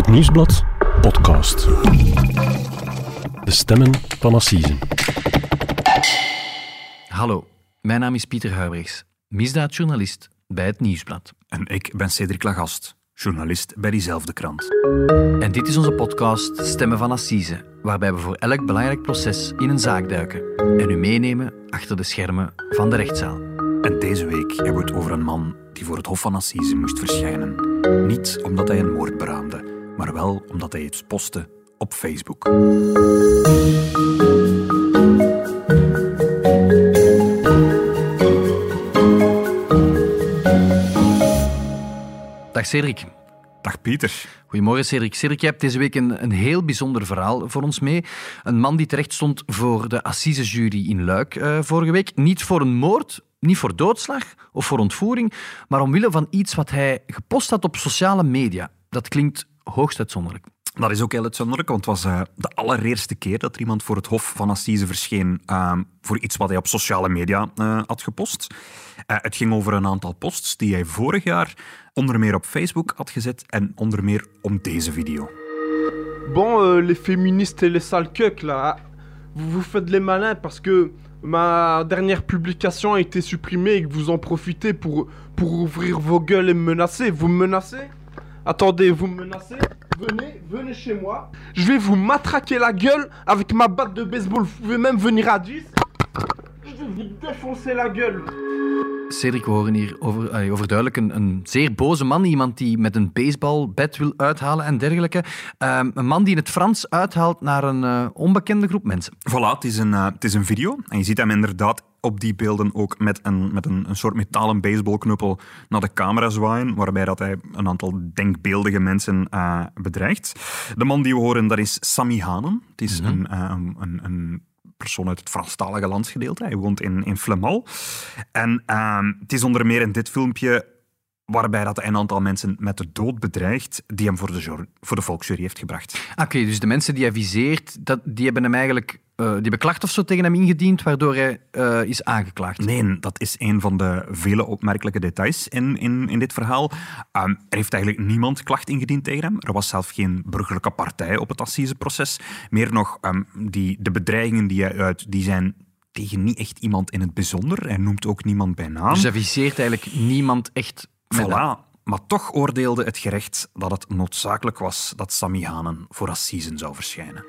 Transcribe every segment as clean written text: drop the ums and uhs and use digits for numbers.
Het Nieuwsblad podcast. De stemmen van Assise. Hallo, mijn naam is Pieter Huybrechts, misdaadjournalist bij Het Nieuwsblad. En ik ben Cédric Lagast, journalist bij diezelfde krant. En dit is onze podcast Stemmen van Assise, waarbij we voor elk belangrijk proces in een zaak duiken en u meenemen achter de schermen van de rechtszaal. En deze week hebben we het over een man die voor het Hof van Assise moest verschijnen. Niet omdat hij een moord beraamde, maar wel omdat hij iets postte op Facebook. Dag Cédric. Dag Pieter. Goedemorgen Cédric. Cédric, je hebt deze week een heel bijzonder verhaal voor ons mee. Een man die terecht stond voor de assisejury in Luik vorige week. Niet voor een moord, niet voor doodslag of voor ontvoering, maar omwille van iets wat hij gepost had op sociale media. Dat klinkt hoogst uitzonderlijk. Dat is ook heel uitzonderlijk, want het was de allereerste keer dat er iemand voor het Hof van Assise verscheen voor iets wat hij op sociale media had gepost. Het ging over een aantal posts die hij vorig jaar onder meer op Facebook had gezet en onder meer om deze video. Bon, les féministes et les sales cucks, là, vous faites les malins parce que ma dernière publication a été supprimée et que vous en profitez pour ouvrir vos gueules et me menacer. Vous me menacez? Attendez, vous me menacez? Venez chez moi. Je vais vous matraquer la gueule avec ma batte de baseball. Vous pouvez même venir à 10. Je vais vous défoncer la gueule. Cédric, we horen hier overduidelijk een zeer boze man. Iemand die met een baseballbat wil uithalen en dergelijke. Een man die in het Frans uithaalt naar een onbekende groep mensen. Voilà, het is een video. En je ziet hem inderdaad op die beelden ook met een soort metalen baseballknuppel naar de camera zwaaien, waarbij dat hij een aantal denkbeeldige mensen bedreigt. De man die we horen, dat is Sami Hanen. Het is een persoon uit het Franstalige landsgedeelte. Hij woont in Flemal. En het is onder meer in dit filmpje waarbij dat hij een aantal mensen met de dood bedreigt die hem voor de volksjury heeft gebracht. Oké, dus de mensen die hij viseert, die hebben hem eigenlijk die klacht of zo tegen hem ingediend, waardoor hij is aangeklaagd. Nee, dat is een van de vele opmerkelijke details in dit verhaal. Er heeft eigenlijk niemand klacht ingediend tegen hem. Er was zelf geen burgerlijke partij op het assiseproces. Meer nog, de bedreigingen die hij uit, die zijn tegen niet echt iemand in het bijzonder. Hij noemt ook niemand bij naam. Dus hij viseert eigenlijk niemand echt. Voilà. Maar toch oordeelde het gerecht dat het noodzakelijk was dat Sami Hanen voor Assisen zou verschijnen.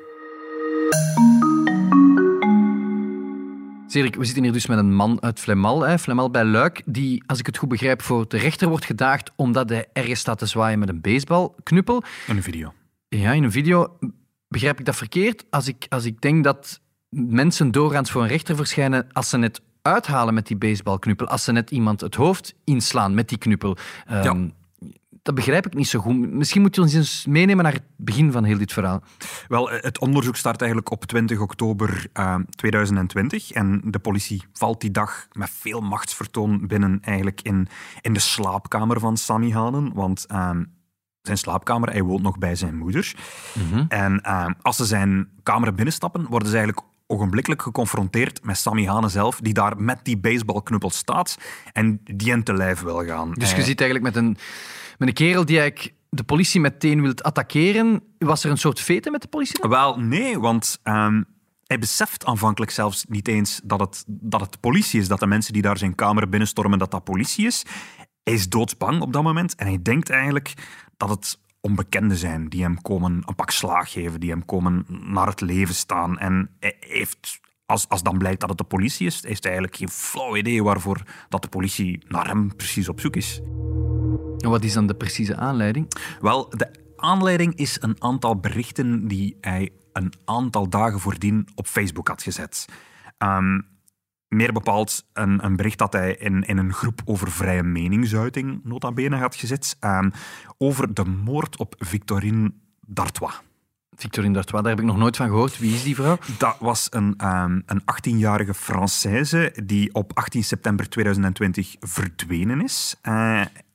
Cédric, we zitten hier dus met een man uit Flemal, Flemal bij Luik, die, als ik het goed begrijp, voor de rechter wordt gedaagd omdat hij ergens staat te zwaaien met een baseballknuppel. In een video. Ja, in een video. Begrijp ik dat verkeerd? Als ik denk dat mensen doorgaans voor een rechter verschijnen als ze net uithalen met die baseballknuppel, als ze net iemand het hoofd inslaan met die knuppel. Dat begrijp ik niet zo goed. Misschien moet je ons eens meenemen naar het begin van heel dit verhaal. Wel, het onderzoek start eigenlijk op 20 oktober 2020 en de politie valt die dag met veel machtsvertoon binnen eigenlijk in de slaapkamer van Sami Hanen, want zijn slaapkamer, hij woont nog bij zijn moeder. Mm-hmm. En als ze zijn kamer binnenstappen, worden ze eigenlijk ogenblikkelijk geconfronteerd met Sami Hanen zelf, die daar met die baseballknuppel staat en die hen te lijf wil gaan. Dus je ziet eigenlijk met een kerel die eigenlijk de politie meteen wil attackeren. Was er een soort vete met de politie dan? Wel, nee, want hij beseft aanvankelijk zelfs niet eens dat het politie is, dat de mensen die daar zijn kamer binnenstormen, dat politie is. Hij is doodsbang op dat moment en hij denkt eigenlijk dat het onbekenden zijn die hem komen een pak slaag geven, die hem komen naar het leven staan. En hij heeft, als dan blijkt dat het de politie is, heeft hij eigenlijk geen flauw idee waarvoor dat de politie naar hem precies op zoek is. En wat is dan de precieze aanleiding? Wel, de aanleiding is een aantal berichten die hij een aantal dagen voordien op Facebook had gezet. Meer bepaald een bericht dat hij in een groep over vrije meningsuiting nota bene had gezet, over de moord op Victorine Dartois. Victorine Dartois, daar heb ik nog nooit van gehoord. Wie is die vrouw? Dat was een 18-jarige Française die op 18 september 2020 verdwenen is.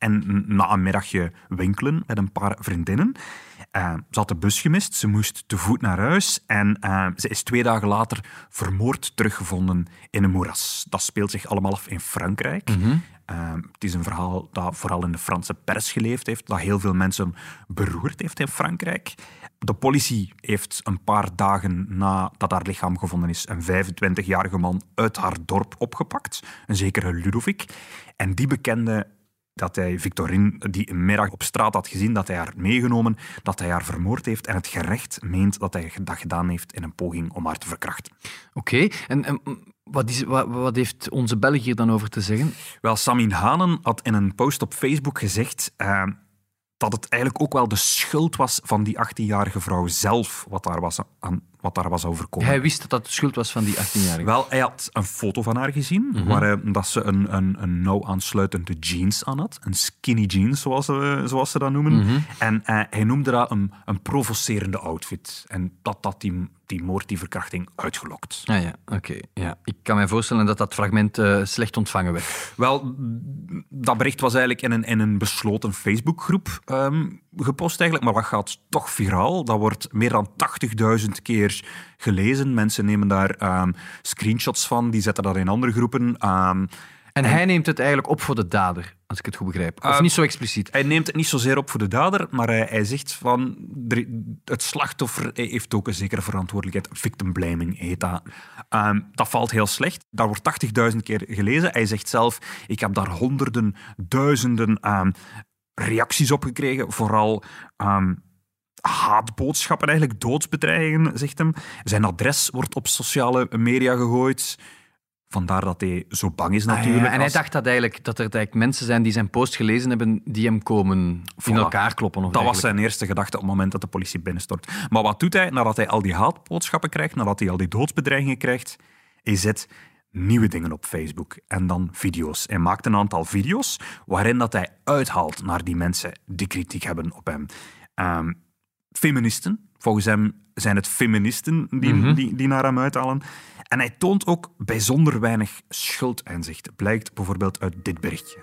en na een middagje winkelen met een paar vriendinnen. Ze had de bus gemist, ze moest te voet naar huis en ze is 2 dagen later vermoord teruggevonden in een moeras. Dat speelt zich allemaal af in Frankrijk. Het is een verhaal dat vooral in de Franse pers geleefd heeft, dat heel veel mensen beroerd heeft in Frankrijk. De politie heeft een paar dagen nadat haar lichaam gevonden is een 25-jarige man uit haar dorp opgepakt, een zekere Ludovic. En die bekende dat hij Victorine die een middag op straat had gezien, dat hij haar meegenomen, dat hij haar vermoord heeft en het gerecht meent dat hij dat gedaan heeft in een poging om haar te verkrachten. Oké, en wat heeft onze Belg hier dan over te zeggen? Wel, Samin Hanen had in een post op Facebook gezegd dat het eigenlijk ook wel de schuld was van die 18-jarige vrouw zelf wat daar was overkomen. Hij wist dat dat de schuld was van die 18-jarige. Wel, hij had een foto van haar gezien, dat ze een nauw aansluitende jeans aan had. Een skinny jeans, zoals ze dat noemen. En hij noemde dat een provocerende outfit. En dat had die moord, die verkrachting, uitgelokt. Ah ja, oké. Ja. Ik kan me voorstellen dat dat fragment slecht ontvangen werd. Wel, dat bericht was eigenlijk in een besloten Facebookgroep gepost eigenlijk, maar dat gaat toch viraal. Dat wordt meer dan 80.000 keer gelezen. Mensen nemen daar screenshots van, die zetten dat in andere groepen. En hij neemt het eigenlijk op voor de dader, als ik het goed begrijp. Of niet zo expliciet. Hij neemt het niet zozeer op voor de dader, maar hij zegt van het slachtoffer heeft ook een zekere verantwoordelijkheid. Victim blaming heet dat. Dat valt heel slecht. Daar wordt 80.000 keer gelezen. Hij zegt zelf, ik heb daar honderden, duizenden reacties op gekregen. Vooral haatboodschappen, eigenlijk doodsbedreigingen, zegt hem. Zijn adres wordt op sociale media gegooid. Vandaar dat hij zo bang is natuurlijk. En hij dacht dat er eigenlijk mensen zijn die zijn post gelezen hebben, die hem komen in elkaar kloppen. Dat was zijn eerste gedachte op het moment dat de politie binnenstort. Maar wat doet hij nadat hij al die haatboodschappen krijgt, nadat hij al die doodsbedreigingen krijgt? Hij zet nieuwe dingen op Facebook en dan video's. Hij maakt een aantal video's waarin dat hij uithaalt naar die mensen die kritiek hebben op hem. Feministen, volgens hem zijn het feministen die naar hem uithalen. En hij toont ook bijzonder weinig schuldinzicht. Blijkt bijvoorbeeld uit dit berichtje.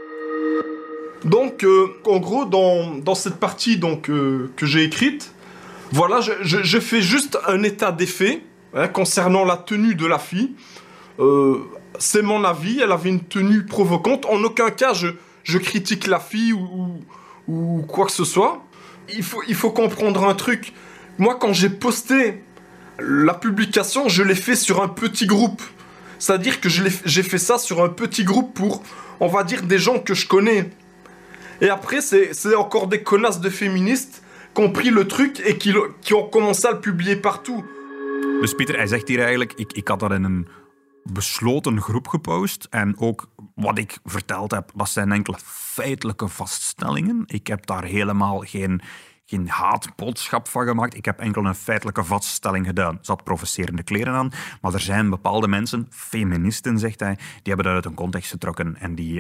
Donc, en gros, dans cette partie que j'ai écrite, voilà, je fais juste un état des faits concernant la tenue de la fille. C'est mon avis, elle avait une tenue provocante. En aucun cas, je critique la fille ou quoi que ce soit. Il faut comprendre un truc. Moi, quand j'ai posté la publication, je l'ai fait sur un petit groupe. C'est-à-dire que j'ai fait ça sur un petit groupe pour, on va dire, des gens que je connais. Et après, c'est encore des connasses de féministes qui ont pris le truc et qui ont commencé à le publier partout. Dus Pieter, hij zegt hier eigenlijk, ik had dat in een besloten groep gepost. En ook wat ik verteld heb, dat zijn enkele feitelijke vaststellingen. Ik heb daar helemaal geen haatboodschap van gemaakt. Ik heb enkel een feitelijke vaststelling gedaan. Ze had provocerende kleren aan, maar er zijn bepaalde mensen, feministen, zegt hij, die hebben dat uit een context getrokken en die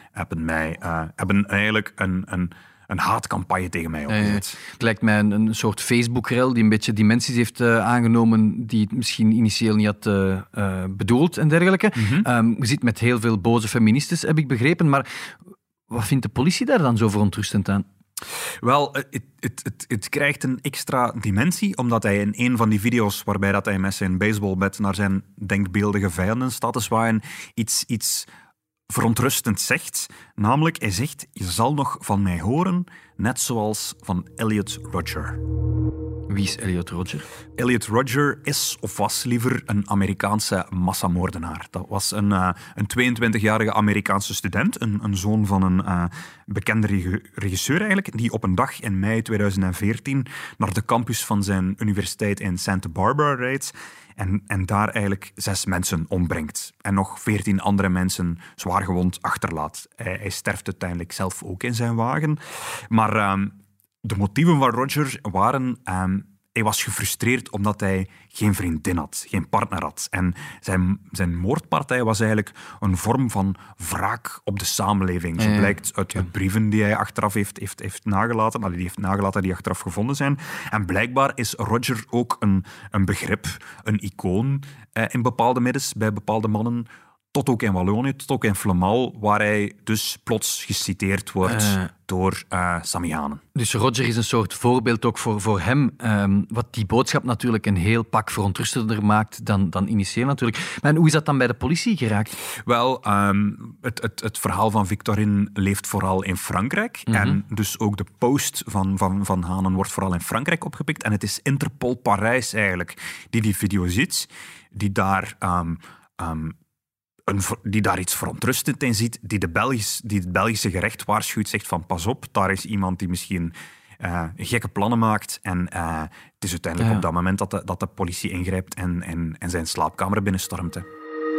hebben eigenlijk een haatcampagne tegen mij opgezet. Het lijkt mij een soort Facebook-rel die een beetje dimensies heeft aangenomen die het misschien initieel niet had bedoeld en dergelijke. Je zit met heel veel boze feministes, heb ik begrepen, maar wat vindt de politie daar dan zo verontrustend aan? Wel, het krijgt een extra dimensie, omdat hij in een van die video's waarbij dat hij met zijn baseballbat naar zijn denkbeeldige vijanden staat te zwaaien, iets verontrustend zegt. Namelijk, hij zegt, je zal nog van mij horen, net zoals van Elliot Rodger. Wie is Elliot Rodger? Elliot Rodger is, of was liever, een Amerikaanse massamoordenaar. Dat was een 22-jarige Amerikaanse student, een zoon van een bekende regisseur eigenlijk, die op een dag in mei 2014 naar de campus van zijn universiteit in Santa Barbara rijdt en daar eigenlijk 6 mensen ombrengt. En nog 14 andere mensen zwaargewond achterlaat. Hij sterft uiteindelijk zelf ook in zijn wagen. Maar de motieven van Rodger waren... hij was gefrustreerd omdat hij geen vriendin had, geen partner had. En zijn moordpartij was eigenlijk een vorm van wraak op de samenleving. Zo blijkt uit de brieven die hij achteraf heeft nagelaten, die achteraf gevonden zijn. En blijkbaar is Rodger ook een begrip, een icoon in bepaalde middens, bij bepaalde mannen, tot ook in Wallonië, tot ook in Flemal, waar hij dus plots geciteerd wordt door Sammy Hanen. Dus Roger is een soort voorbeeld ook voor hem, wat die boodschap natuurlijk een heel pak verontrustender maakt dan initieel natuurlijk. Maar hoe is dat dan bij de politie geraakt? Wel, het verhaal van Victorine leeft vooral in Frankrijk. Mm-hmm. En dus ook de post van Hanen wordt vooral in Frankrijk opgepikt. En het is Interpol Parijs eigenlijk die video ziet, die daar iets verontrustend in ziet, die het Belgische gerecht waarschuwt, zegt van pas op, daar is iemand die misschien gekke plannen maakt. En het is uiteindelijk op dat moment dat de politie ingrijpt en zijn slaapkamer binnenstormt. Hè.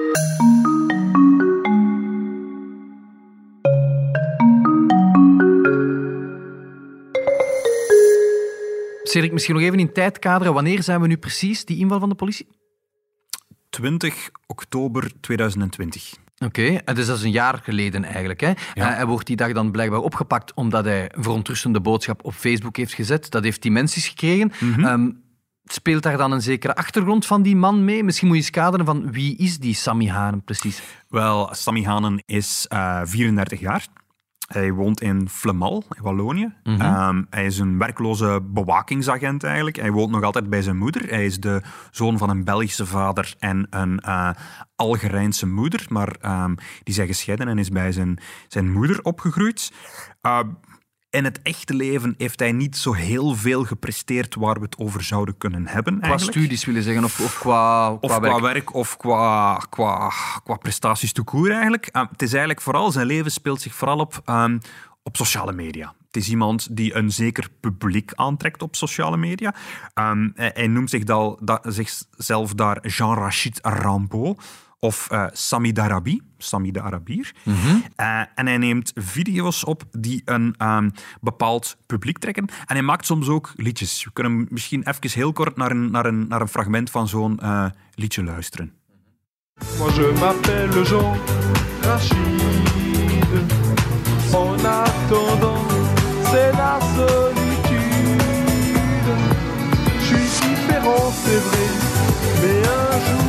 Cedric, misschien nog even in tijd kaderen. Wanneer zijn we nu precies, die inval van de politie? 20 oktober 2020. Oké, dus dat is een jaar geleden eigenlijk. Hè? Ja. Hij wordt die dag dan blijkbaar opgepakt omdat hij een verontrustende boodschap op Facebook heeft gezet. Dat heeft dimensies gekregen. Mm-hmm. Speelt daar dan een zekere achtergrond van die man mee? Misschien moet je eens kaderen van wie is die Sammy Hanen precies? Wel, Sammy Hanen is 34 jaar. Hij woont in Flemal, in Wallonië. Mm-hmm. Hij is een werkloze bewakingsagent eigenlijk. Hij woont nog altijd bij zijn moeder. Hij is de zoon van een Belgische vader en een Algerijnse moeder. Maar die zijn gescheiden en is bij zijn moeder opgegroeid. In het echte leven heeft hij niet zo heel veel gepresteerd waar we het over zouden kunnen hebben. Qua studies willen zeggen, of qua werk of qua prestaties tout court eigenlijk. Het is eigenlijk vooral, zijn leven speelt zich vooral op sociale media. Het is iemand die een zeker publiek aantrekt op sociale media. Hij noemt zichzelf daar Jean-Rachid Rambo of Sami Darabi, Sami de Arabier. Mm-hmm. En hij neemt video's op die een bepaald publiek trekken. En hij maakt soms ook liedjes. We kunnen misschien even heel kort naar een fragment van zo'n liedje luisteren. Moi je m'appelle Jean Rachid. En attendant, c'est la solitude. Je suis différent, c'est vrai. Mais un jour,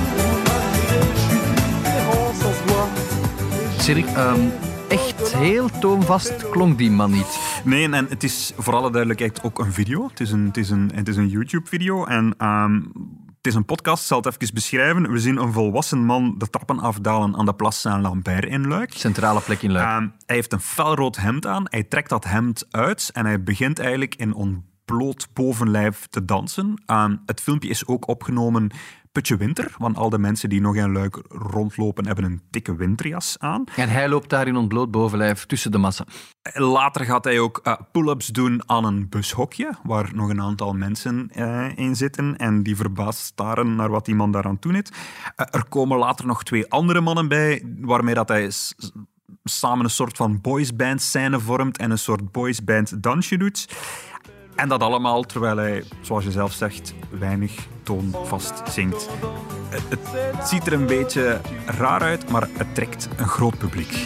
Cedric, echt heel toonvast klonk die man niet. Nee, en het is voor alle duidelijkheid ook een video. Het is een YouTube-video. En het is een podcast, ik zal het even beschrijven. We zien een volwassen man de trappen afdalen aan de Place Saint-Lambert in Luik. Centrale plek in Luik. Hij heeft een felrood hemd aan. Hij trekt dat hemd uit en hij begint eigenlijk in ontbloot bovenlijf te dansen. Het filmpje is ook opgenomen putje winter, want al de mensen die nog in Luik rondlopen hebben een dikke winterjas aan. En hij loopt daar in ontbloot bovenlijf tussen de massa. Later gaat hij ook pull-ups doen aan een bushokje, waar nog een aantal mensen in zitten en die verbaasd staren naar wat die man daaraan doen is. Er komen later nog 2 andere mannen bij, waarmee dat hij samen een soort van boysband scène vormt en een soort boysband dansje doet. En dat allemaal terwijl hij, zoals je zelf zegt, weinig toonvast zingt. Het ziet er een beetje raar uit, maar het trekt een groot publiek.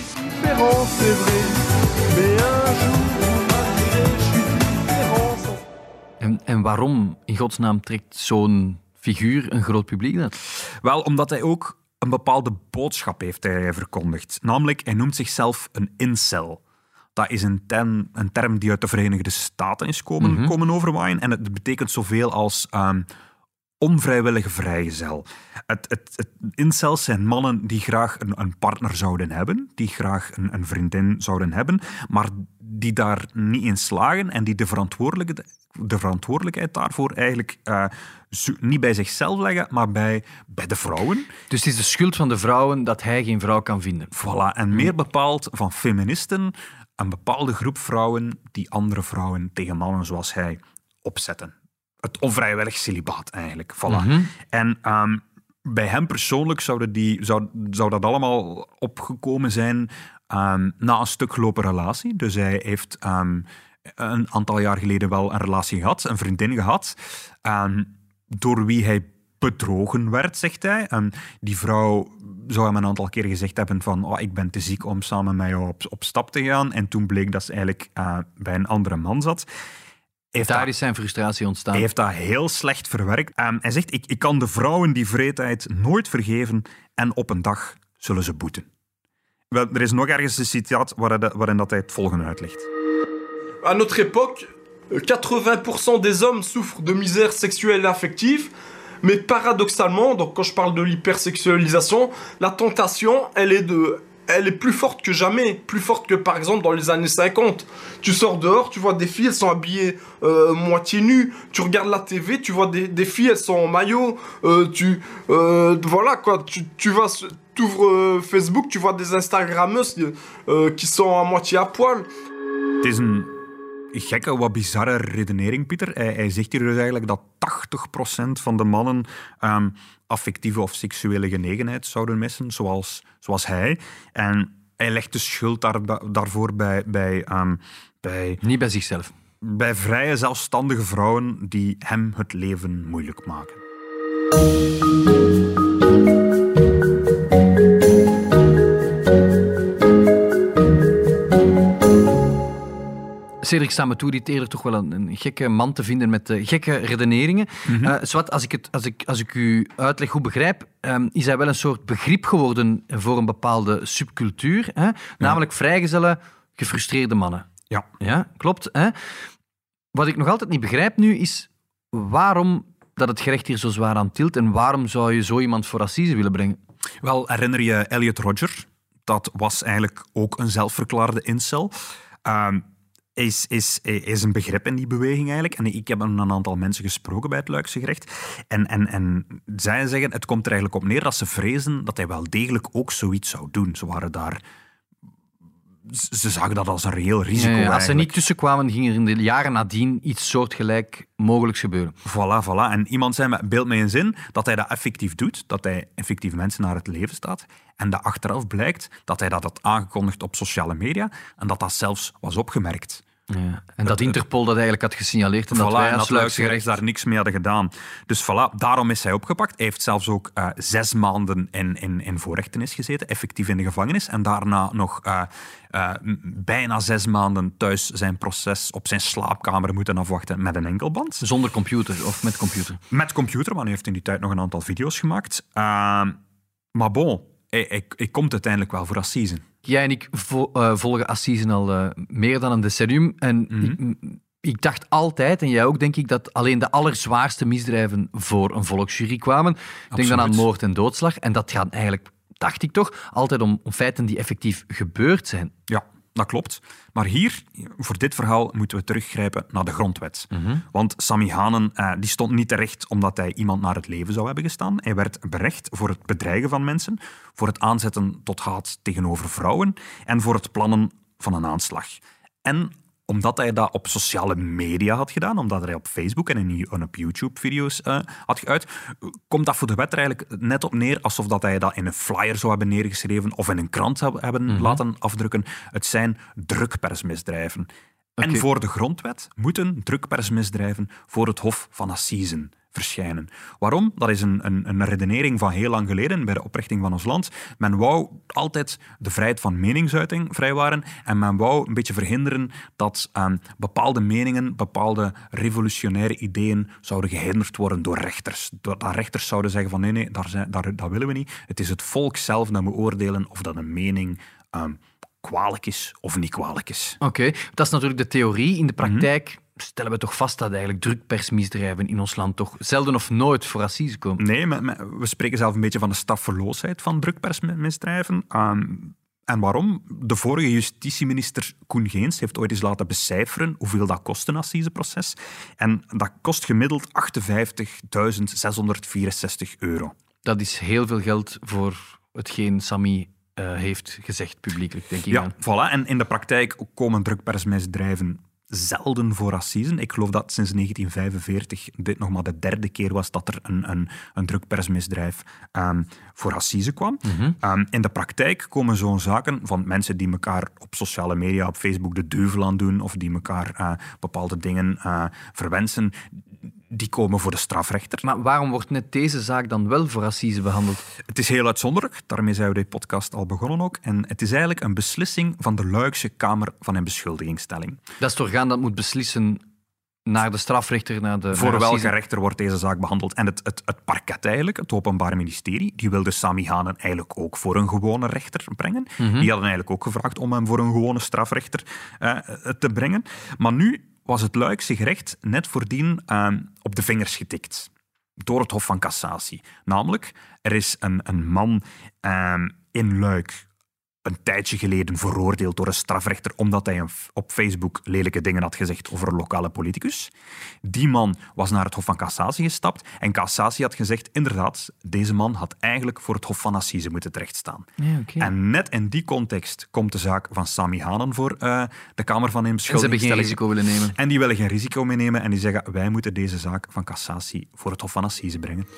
En waarom in godsnaam trekt zo'n figuur een groot publiek dat? Wel, omdat hij ook een bepaalde boodschap heeft verkondigd. Namelijk, hij noemt zichzelf een incel. Dat is een term die uit de Verenigde Staten is komen overwaaien. En het betekent zoveel als onvrijwillige vrijgezel. Incels zijn mannen die graag een partner zouden hebben, die graag een vriendin zouden hebben, maar die daar niet in slagen en die de verantwoordelijkheid daarvoor eigenlijk niet bij zichzelf leggen, maar bij de vrouwen. Dus het is de schuld van de vrouwen dat hij geen vrouw kan vinden. Voilà, en meer bepaald van feministen, een bepaalde groep vrouwen die andere vrouwen tegen mannen zoals hij opzetten. Het onvrijwillig celibaat eigenlijk. Voilà. Mm-hmm. En bij hem persoonlijk zou dat allemaal opgekomen zijn na een stuk gelopen relatie. Dus hij heeft een aantal jaar geleden wel een relatie gehad, een vriendin gehad, door wie hij bedrogen werd, zegt hij. Die vrouw zou hem een aantal keer gezegd hebben van ik ben te ziek om samen met jou op stap te gaan. En toen bleek dat ze eigenlijk bij een andere man zat. Daar is zijn frustratie ontstaan. Hij heeft dat heel slecht verwerkt. Hij zegt, ik kan de vrouwen die vreedheid nooit vergeven en op een dag zullen ze boeten. Wel, er is nog ergens een citaat waarin dat hij het volgende uitlegt. À notre époque, 80% des hommes souffrent de misère sexuelle et affective, mais paradoxalement, donc quand je parle de l'hypersexualisation, la tentation, elle est plus forte que jamais, plus forte que par exemple dans les années 50. Tu sors dehors, tu vois des filles, elles sont habillées moitié nues. Tu regardes la TV, tu vois des filles, elles sont en maillot. Voilà quoi, tu vas, t'ouvres Facebook, tu vois des Instagrammeuses qui sont à moitié à poil. Het is een gekke, wat bizarre redenering, Pieter. Hij zegt hier dus eigenlijk dat 80% van de mannen affectieve of seksuele genegenheid zouden missen, zoals hij. En hij legt de schuld daarvoor bij Niet bij zichzelf. Bij vrije, zelfstandige vrouwen die hem het leven moeilijk maken. Cedric staat me toe dit eerder toch wel een gekke man te vinden met gekke redeneringen. Zwart, als ik u uitleg hoe begrijp, is hij wel een soort begrip geworden voor een bepaalde subcultuur. Hè? Namelijk vrijgezelle, gefrustreerde mannen. Ja, klopt. Hè? Wat ik nog altijd niet begrijp nu is waarom dat het gerecht hier zo zwaar aan tilt en waarom zou je zo iemand voor assise willen brengen? Wel, herinner je Elliot Rodger? Dat was eigenlijk ook een zelfverklaarde incel. Is een begrip in die beweging eigenlijk. En ik heb een aantal mensen gesproken bij het Luikse gerecht. En zij zeggen, het komt er eigenlijk op neer dat ze vrezen dat hij wel degelijk ook zoiets zou doen. Ze zagen dat als een reëel risico. Als ze niet tussenkwamen, ging er in de jaren nadien iets soortgelijk mogelijks gebeuren. Voilà. En iemand zei, beeld mij eens in dat hij dat effectief doet, dat hij effectief mensen naar het leven staat. En dat achteraf blijkt dat hij dat had aangekondigd op sociale media en dat zelfs was opgemerkt. Ja. En dat Interpol dat eigenlijk had gesignaleerd en dat wij als Luikse gerecht daar niks mee hadden gedaan. Dus voilà, daarom is hij opgepakt. Hij heeft zelfs ook 6 maanden in voorrechtenis gezeten, effectief in de gevangenis. En daarna nog bijna 6 maanden thuis zijn proces op zijn slaapkamer moeten afwachten met een enkelband. Zonder computer of met computer? Met computer, want hij heeft in die tijd nog een aantal video's gemaakt. Maar bon, hij komt uiteindelijk wel voor assise. Jij en ik volgen assisen al meer dan een decennium. En ik dacht altijd, en jij ook denk ik, dat alleen de allerzwaarste misdrijven voor een volksjury kwamen. Ik denk dan aan moord en doodslag. En dat gaat eigenlijk, dacht ik toch, altijd om feiten die effectief gebeurd zijn. Ja, dat klopt. Maar hier, voor dit verhaal, moeten we teruggrijpen naar de grondwet. Want Sami Hanen die stond niet terecht omdat hij iemand naar het leven zou hebben gestaan. Hij werd berecht voor het bedreigen van mensen, voor het aanzetten tot haat tegenover vrouwen en voor het plannen van een aanslag. En omdat hij dat op sociale media had gedaan, omdat hij op Facebook en op YouTube video's had geuit, komt dat voor de wet er eigenlijk net op neer alsof dat hij dat in een flyer zou hebben neergeschreven of in een krant zou hebben laten afdrukken. Het zijn drukpersmisdrijven. Okay. En voor de grondwet moeten drukpersmisdrijven voor het Hof van Assisen verschijnen. Waarom? Dat is een redenering van heel lang geleden bij de oprichting van ons land. Men wou altijd de vrijheid van meningsuiting vrijwaren en men wou een beetje verhinderen dat bepaalde meningen, bepaalde revolutionaire ideeën zouden gehinderd worden door rechters. Dat rechters zouden zeggen van nee, dat willen we niet. Het is het volk zelf dat moet oordelen of dat een mening kwalijk is of niet kwalijk is. Oké, dat is natuurlijk de theorie. In de praktijk stellen we toch vast dat eigenlijk drukpersmisdrijven in ons land toch zelden of nooit voor assise komen. Nee, we spreken zelf een beetje van de straffeloosheid van drukpersmisdrijven. En waarom? De vorige justitieminister Koen Geens heeft ooit eens laten becijferen hoeveel dat kost, een assiseproces. En dat kost gemiddeld €58.664. Dat is heel veel geld voor hetgeen Sami heeft gezegd publiekelijk, denk ik. Ja, voilà. En in de praktijk komen drukpersmisdrijven zelden voor assisen. Ik geloof dat sinds 1945 dit nog maar de 3e keer was dat er een drukpersmisdrijf voor assise kwam. In de praktijk komen zo'n zaken van mensen die elkaar op sociale media, op Facebook de duivel aan doen of die elkaar bepaalde dingen verwensen, die komen voor de strafrechter. Maar waarom wordt net deze zaak dan wel voor assise behandeld? Het is heel uitzonderlijk. Daarmee zijn we deze podcast al begonnen ook. En het is eigenlijk een beslissing van de Luikse Kamer van een beschuldigingsstelling. Dat is het orgaan dat moet beslissen naar de strafrechter, naar de... Voor naar welke assise. rechter wordt deze zaak behandeld? En het parket eigenlijk, het Openbaar Ministerie, die wilde Sami Hanen eigenlijk ook voor een gewone rechter brengen. Die hadden eigenlijk ook gevraagd om hem voor een gewone strafrechter te brengen. Maar nu was het Luikse gerecht net voordien op de vingers getikt door het Hof van Cassatie. Namelijk, er is een man in Luik een tijdje geleden veroordeeld door een strafrechter omdat hij op Facebook lelijke dingen had gezegd over een lokale politicus. Die man was naar het Hof van Cassatie gestapt en Cassatie had gezegd, inderdaad, deze man had eigenlijk voor het Hof van Assise moeten terechtstaan. Ja, okay. En net in die context komt de zaak van Sami Hanen voor de Kamer van En ze hebben geen risico willen nemen. En die willen geen risico meenemen en die zeggen, wij moeten deze zaak van Cassatie voor het Hof van Assise brengen.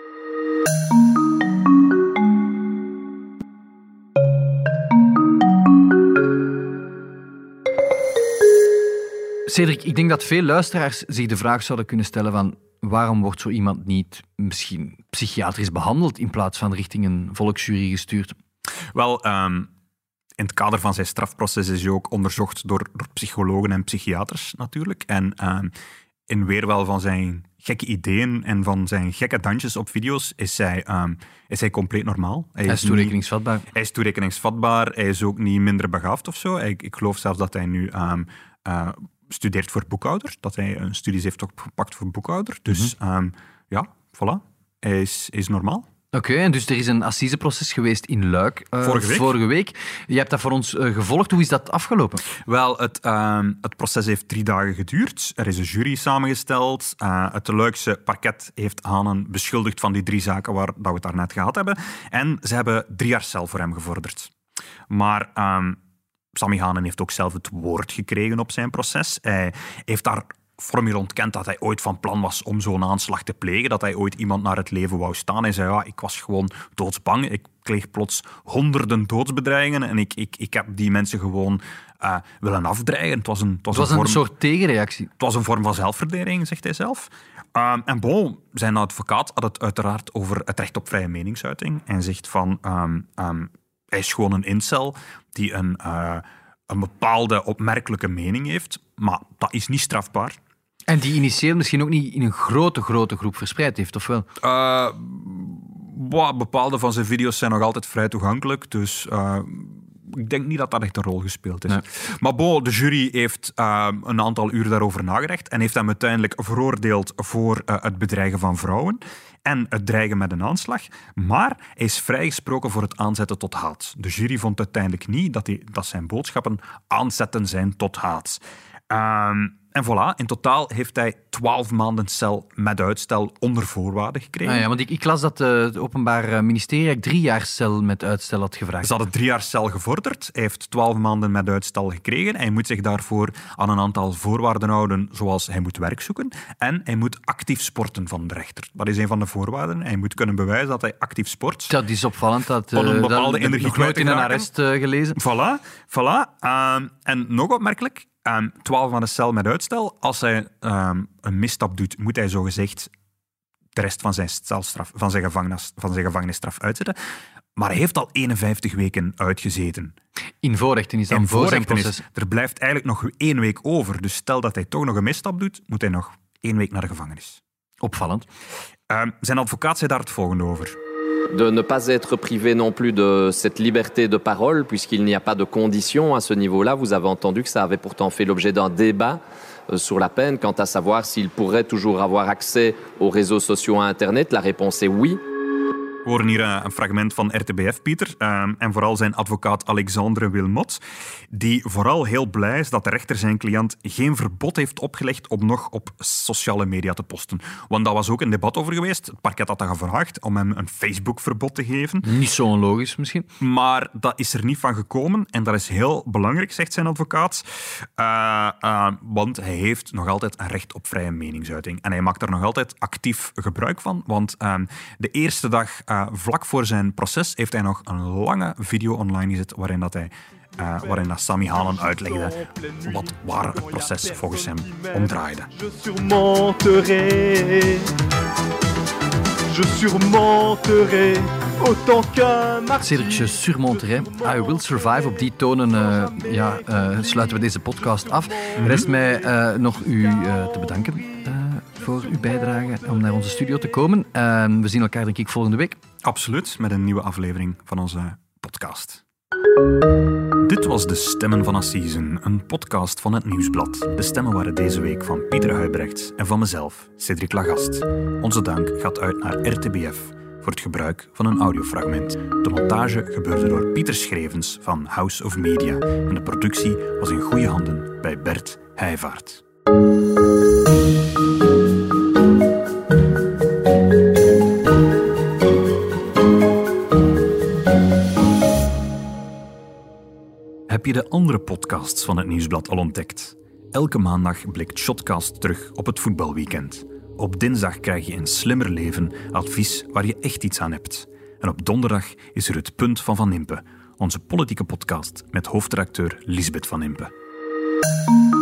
Cedric, ik denk dat veel luisteraars zich de vraag zouden kunnen stellen van waarom wordt zo iemand niet misschien psychiatrisch behandeld in plaats van richting een volksjury gestuurd? Wel, in het kader van zijn strafproces is hij ook onderzocht door psychologen en psychiaters natuurlijk. En in weerwil van zijn gekke ideeën en van zijn gekke dansjes op video's is hij compleet normaal. Hij is toerekeningsvatbaar. Hij is toerekeningsvatbaar. Hij is ook niet minder begaafd of zo. Ik geloof zelfs dat hij nu studeert voor boekhouder. Dat hij een studies heeft opgepakt voor boekhouder. Dus ja, voilà. Hij is normaal. Oké, en dus er is een assiseproces geweest in Luik vorige week. Je hebt dat voor ons gevolgd. Hoe is dat afgelopen? Wel, het proces heeft 3 dagen geduurd. Er is een jury samengesteld. Het Luikse parket heeft Hanen beschuldigd van die 3 zaken waar dat we het daarnet gehad hebben. En ze hebben 3 jaar cel voor hem gevorderd. Maar Sami Hanen heeft ook zelf het woord gekregen op zijn proces. Hij heeft daar formeel ontkend dat hij ooit van plan was om zo'n aanslag te plegen, dat hij ooit iemand naar het leven wou staan. Hij zei, ja, ik was gewoon doodsbang. Ik kreeg plots honderden doodsbedreigingen en ik heb die mensen gewoon willen afdreigen. Het was een soort tegenreactie. Het was een vorm van zelfverdediging, zegt hij zelf. En bon, zijn advocaat had het uiteraard over het recht op vrije meningsuiting. En zegt van, hij is gewoon een incel die een bepaalde opmerkelijke mening heeft, maar dat is niet strafbaar. En die initieel misschien ook niet in een grote groep verspreid heeft, of wel? Bepaalde van zijn video's zijn nog altijd vrij toegankelijk, dus ik denk niet dat dat echt een rol gespeeld is. Nee. Maar de jury heeft een aantal uur daarover nagedacht en heeft hem uiteindelijk veroordeeld voor het bedreigen van vrouwen en het dreigen met een aanslag. Maar hij is vrijgesproken voor het aanzetten tot haat. De jury vond uiteindelijk niet dat zijn boodschappen aanzetten zijn tot haat. En voilà, in totaal heeft hij 12 maanden cel met uitstel onder voorwaarden gekregen. Ja, want ik las dat het Openbaar Ministerie 3 jaar cel met uitstel had gevraagd. Ze hadden 3 jaar cel gevorderd. Hij heeft 12 maanden met uitstel gekregen. Hij moet zich daarvoor aan een aantal voorwaarden houden, zoals hij moet werk zoeken en hij moet actief sporten van de rechter. Dat is een van de voorwaarden. Hij moet kunnen bewijzen dat hij actief sport. Dat is opvallend. Dat een bepaalde energie nog nooit in een arrest gelezen. Voilà. En nog opmerkelijk, 12 maanden cel met uitstel. Als hij een misstap doet, moet hij zogezegd de rest van zijn celstraf, van zijn gevangenisstraf uitzetten. Maar hij heeft al 51 weken uitgezeten. In voorrechten is dan voor zijn proces. Er blijft eigenlijk nog 1 week over. Dus stel dat hij toch nog een misstap doet, moet hij nog 1 week naar de gevangenis. Opvallend. Zijn advocaat zei daar het volgende over. De ne pas être privé non plus de cette liberté de parole, puisqu'il n'y a pas de conditions à ce niveau-là. Vous avez entendu que ça avait pourtant fait l'objet d'un débat sur la peine, quant à savoir s'il pourrait toujours avoir accès aux réseaux sociaux à Internet. La réponse est oui. We horen hier een fragment van RTBF, Pieter, en vooral zijn advocaat Alexandre Wilmot, die vooral heel blij is dat de rechter zijn cliënt geen verbod heeft opgelegd om nog op sociale media te posten. Want daar was ook een debat over geweest. Het parket had dat gevraagd om hem een Facebook-verbod te geven. Niet zo onlogisch misschien. Maar dat is er niet van gekomen en dat is heel belangrijk, zegt zijn advocaat, want hij heeft nog altijd een recht op vrije meningsuiting. En hij maakt er nog altijd actief gebruik van, want de eerste dag vlak voor zijn proces heeft hij nog een lange video online gezet waarin Sami Hanen uitlegde waar het proces volgens hem om draaide. Je surmonterai autant qu'un martyr. Cédric, je surmonterai. I Will Survive. Op die tonen sluiten we deze podcast af. Rest mij nog u te bedanken voor uw bijdrage om naar onze studio te komen. We zien elkaar denk ik volgende week. Absoluut, met een nieuwe aflevering van onze podcast. Dit was De Stemmen van Assisen, een podcast van het Nieuwsblad. De stemmen waren deze week van Pieter Huybrechts en van mezelf, Cédric Lagast. Onze dank gaat uit naar RTBF voor het gebruik van een audiofragment. De montage gebeurde door Pieter Schrevens van House of Media en de productie was in goede handen bij Bert Heijvaart. Heb je de andere podcasts van het Nieuwsblad al ontdekt? Elke maandag blikt Shotcast terug op het voetbalweekend. Op dinsdag krijg je een slimmer leven, advies waar je echt iets aan hebt. En op donderdag is er Het Punt van Van Impe, onze politieke podcast met hoofdredacteur Lisbeth Van Impe.